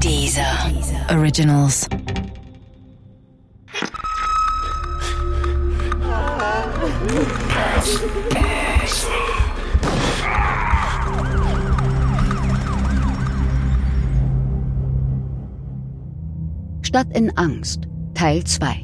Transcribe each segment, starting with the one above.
Deezer Originals. Stadt in Angst, Teil 2.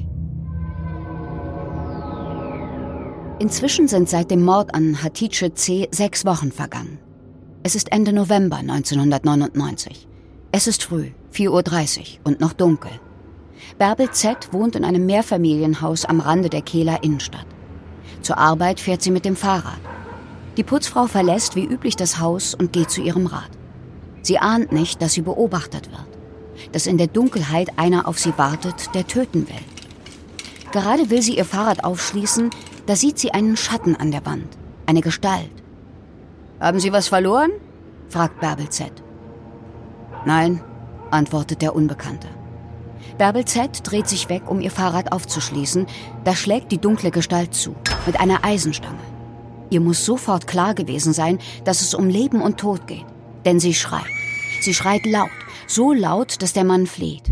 Inzwischen sind seit dem Mord an Hatice C. 6 Wochen vergangen. Es ist Ende November 1999. Es ist früh, 4:30 Uhr und noch dunkel. Bärbel Z. wohnt in einem Mehrfamilienhaus am Rande der Kehler Innenstadt. Zur Arbeit fährt sie mit dem Fahrrad. Die Putzfrau verlässt wie üblich das Haus und geht zu ihrem Rad. Sie ahnt nicht, dass sie beobachtet wird. Dass in der Dunkelheit einer auf sie wartet, der töten will. Gerade will sie ihr Fahrrad aufschließen, da sieht sie einen Schatten an der Wand, eine Gestalt. »Haben Sie was verloren?« fragt Bärbel Z. »Nein«, antwortet der Unbekannte. Bärbel Z. dreht sich weg, um ihr Fahrrad aufzuschließen, da schlägt die dunkle Gestalt zu, mit einer Eisenstange. Ihr muss sofort klar gewesen sein, dass es um Leben und Tod geht, denn sie schreit. Sie schreit laut, so laut, dass der Mann flieht.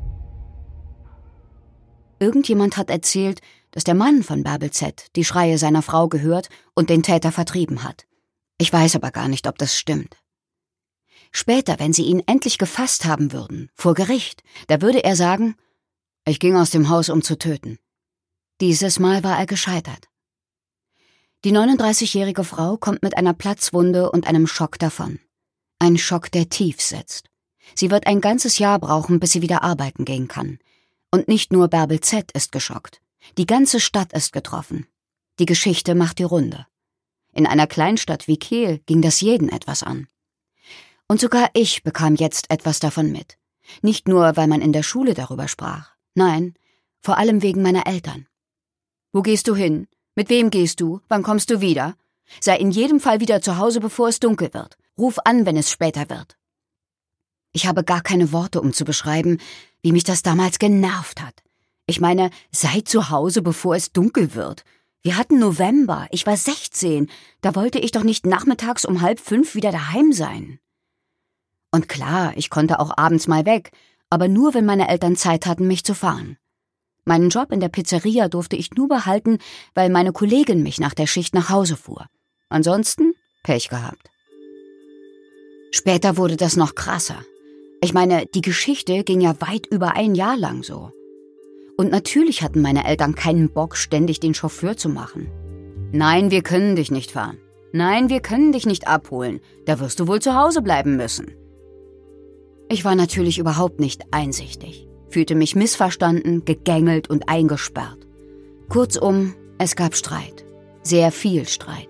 Irgendjemand hat erzählt, dass der Mann von Bärbel Z. die Schreie seiner Frau gehört und den Täter vertrieben hat. Ich weiß aber gar nicht, ob das stimmt. Später, wenn sie ihn endlich gefasst haben würden, vor Gericht, da würde er sagen, ich ging aus dem Haus, um zu töten. Dieses Mal war er gescheitert. Die 39-jährige Frau kommt mit einer Platzwunde und einem Schock davon. Ein Schock, der tief sitzt. Sie wird ein ganzes Jahr brauchen, bis sie wieder arbeiten gehen kann. Und nicht nur Bärbel Z. ist geschockt. Die ganze Stadt ist getroffen. Die Geschichte macht die Runde. In einer Kleinstadt wie Kehl ging das jeden etwas an. Und sogar ich bekam jetzt etwas davon mit. Nicht nur, weil man in der Schule darüber sprach. Nein, vor allem wegen meiner Eltern. Wo gehst du hin? Mit wem gehst du? Wann kommst du wieder? Sei in jedem Fall wieder zu Hause, bevor es dunkel wird. Ruf an, wenn es später wird. Ich habe gar keine Worte, um zu beschreiben, wie mich das damals genervt hat. Ich meine, sei zu Hause, bevor es dunkel wird. Wir hatten November, ich war 16, da wollte ich doch nicht nachmittags um 4:30 wieder daheim sein. Und klar, ich konnte auch abends mal weg, aber nur, wenn meine Eltern Zeit hatten, mich zu fahren. Meinen Job in der Pizzeria durfte ich nur behalten, weil meine Kollegin mich nach der Schicht nach Hause fuhr. Ansonsten Pech gehabt. Später wurde das noch krasser. Ich meine, die Geschichte ging ja weit über ein Jahr lang so. Und natürlich hatten meine Eltern keinen Bock, ständig den Chauffeur zu machen. Nein, wir können dich nicht fahren. Nein, wir können dich nicht abholen. Da wirst du wohl zu Hause bleiben müssen. Ich war natürlich überhaupt nicht einsichtig, fühlte mich missverstanden, gegängelt und eingesperrt. Kurzum, es gab Streit. Sehr viel Streit.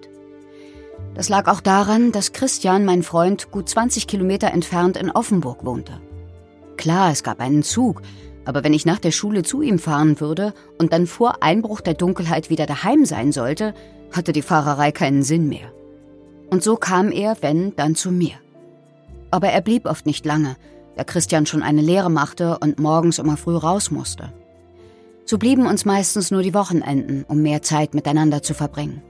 Das lag auch daran, dass Christian, mein Freund, gut 20 Kilometer entfernt in Offenburg wohnte. Klar, es gab einen Zug, aber wenn ich nach der Schule zu ihm fahren würde und dann vor Einbruch der Dunkelheit wieder daheim sein sollte, hatte die Fahrerei keinen Sinn mehr. Und so kam er, wenn, dann zu mir. Aber er blieb oft nicht lange, da Christian schon eine Lehre machte und morgens immer früh raus musste. So blieben uns meistens nur die Wochenenden, um mehr Zeit miteinander zu verbringen.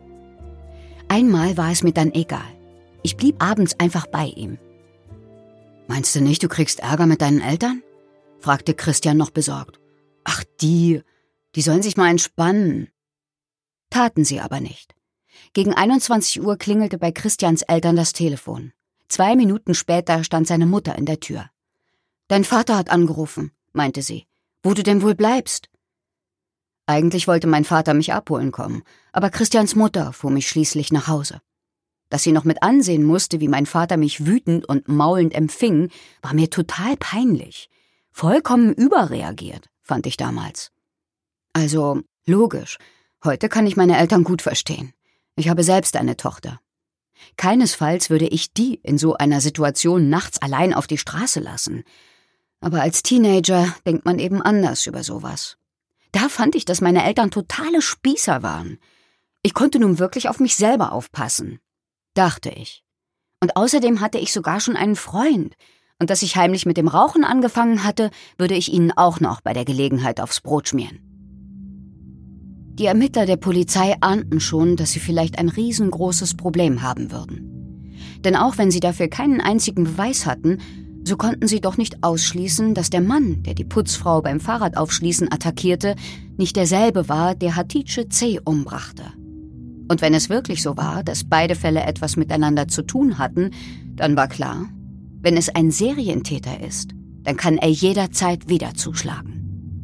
Einmal war es mir dann egal. Ich blieb abends einfach bei ihm. »Meinst du nicht, du kriegst Ärger mit deinen Eltern?« fragte Christian noch besorgt. »Ach, die sollen sich mal entspannen.« Taten sie aber nicht. Gegen 21 Uhr klingelte bei Christians Eltern das Telefon. 2 Minuten später stand seine Mutter in der Tür. »Dein Vater hat angerufen«, meinte sie. »Wo du denn wohl bleibst?« Eigentlich wollte mein Vater mich abholen kommen, aber Christians Mutter fuhr mich schließlich nach Hause. Dass sie noch mit ansehen musste, wie mein Vater mich wütend und maulend empfing, war mir total peinlich. Vollkommen überreagiert, fand ich damals. Also, logisch, heute kann ich meine Eltern gut verstehen. Ich habe selbst eine Tochter. Keinesfalls würde ich die in so einer Situation nachts allein auf die Straße lassen. Aber als Teenager denkt man eben anders über sowas. Da fand ich, dass meine Eltern totale Spießer waren. Ich konnte nun wirklich auf mich selber aufpassen, dachte ich. Und außerdem hatte ich sogar schon einen Freund. Und dass ich heimlich mit dem Rauchen angefangen hatte, würde ich ihnen auch noch bei der Gelegenheit aufs Brot schmieren. Die Ermittler der Polizei ahnten schon, dass sie vielleicht ein riesengroßes Problem haben würden. Denn auch wenn sie dafür keinen einzigen Beweis hatten, So konnten sie doch nicht ausschließen, dass der Mann, der die Putzfrau beim Fahrradaufschließen attackierte, nicht derselbe war, der Hatice C. umbrachte. Und wenn es wirklich so war, dass beide Fälle etwas miteinander zu tun hatten, dann war klar, wenn es ein Serientäter ist, dann kann er jederzeit wieder zuschlagen.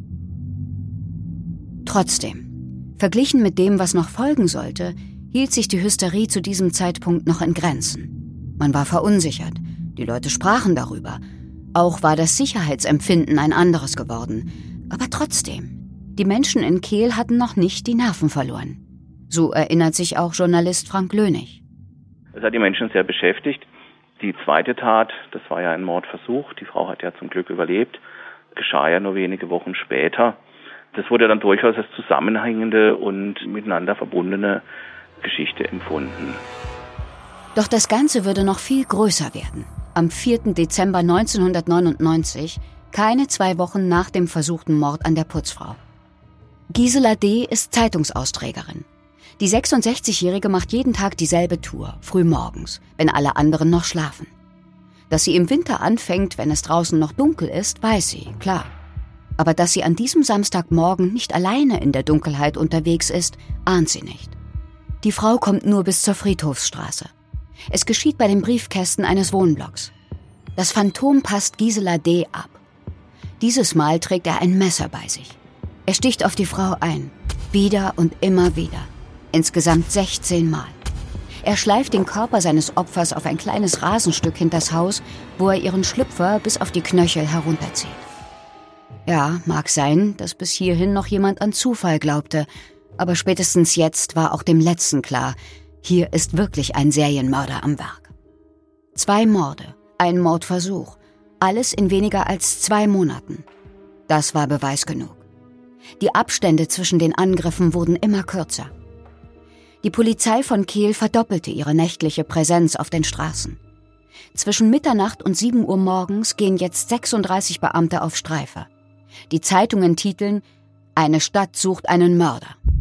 Trotzdem, verglichen mit dem, was noch folgen sollte, hielt sich die Hysterie zu diesem Zeitpunkt noch in Grenzen. Man war verunsichert, die Leute sprachen darüber. Auch war das Sicherheitsempfinden ein anderes geworden. Aber trotzdem, die Menschen in Kehl hatten noch nicht die Nerven verloren. So erinnert sich auch Journalist Frank Lönig. Es hat die Menschen sehr beschäftigt. Die zweite Tat, das war ja ein Mordversuch. Die Frau hat ja zum Glück überlebt. Geschah ja nur wenige Wochen später. Das wurde dann durchaus als zusammenhängende und miteinander verbundene Geschichte empfunden. Doch das Ganze würde noch viel größer werden. Am 4. Dezember 1999, keine 2 Wochen nach dem versuchten Mord an der Putzfrau. Gisela D. ist Zeitungsausträgerin. Die 66-Jährige macht jeden Tag dieselbe Tour, frühmorgens, wenn alle anderen noch schlafen. Dass sie im Winter anfängt, wenn es draußen noch dunkel ist, weiß sie, klar. Aber dass sie an diesem Samstagmorgen nicht alleine in der Dunkelheit unterwegs ist, ahnt sie nicht. Die Frau kommt nur bis zur Friedhofsstraße. Es geschieht bei den Briefkästen eines Wohnblocks. Das Phantom passt Gisela D. ab. Dieses Mal trägt er ein Messer bei sich. Er sticht auf die Frau ein. Wieder und immer wieder. Insgesamt 16 Mal. Er schleift den Körper seines Opfers auf ein kleines Rasenstück hinters Haus, wo er ihren Schlüpfer bis auf die Knöchel herunterzieht. Ja, mag sein, dass bis hierhin noch jemand an Zufall glaubte, aber spätestens jetzt war auch dem Letzten klar, hier ist wirklich ein Serienmörder am Werk. 2 Morde, ein Mordversuch, alles in weniger als 2 Monaten. Das war Beweis genug. Die Abstände zwischen den Angriffen wurden immer kürzer. Die Polizei von Kehl verdoppelte ihre nächtliche Präsenz auf den Straßen. Zwischen Mitternacht und 7 Uhr morgens gehen jetzt 36 Beamte auf Streife. Die Zeitungen titeln: Eine Stadt sucht einen Mörder.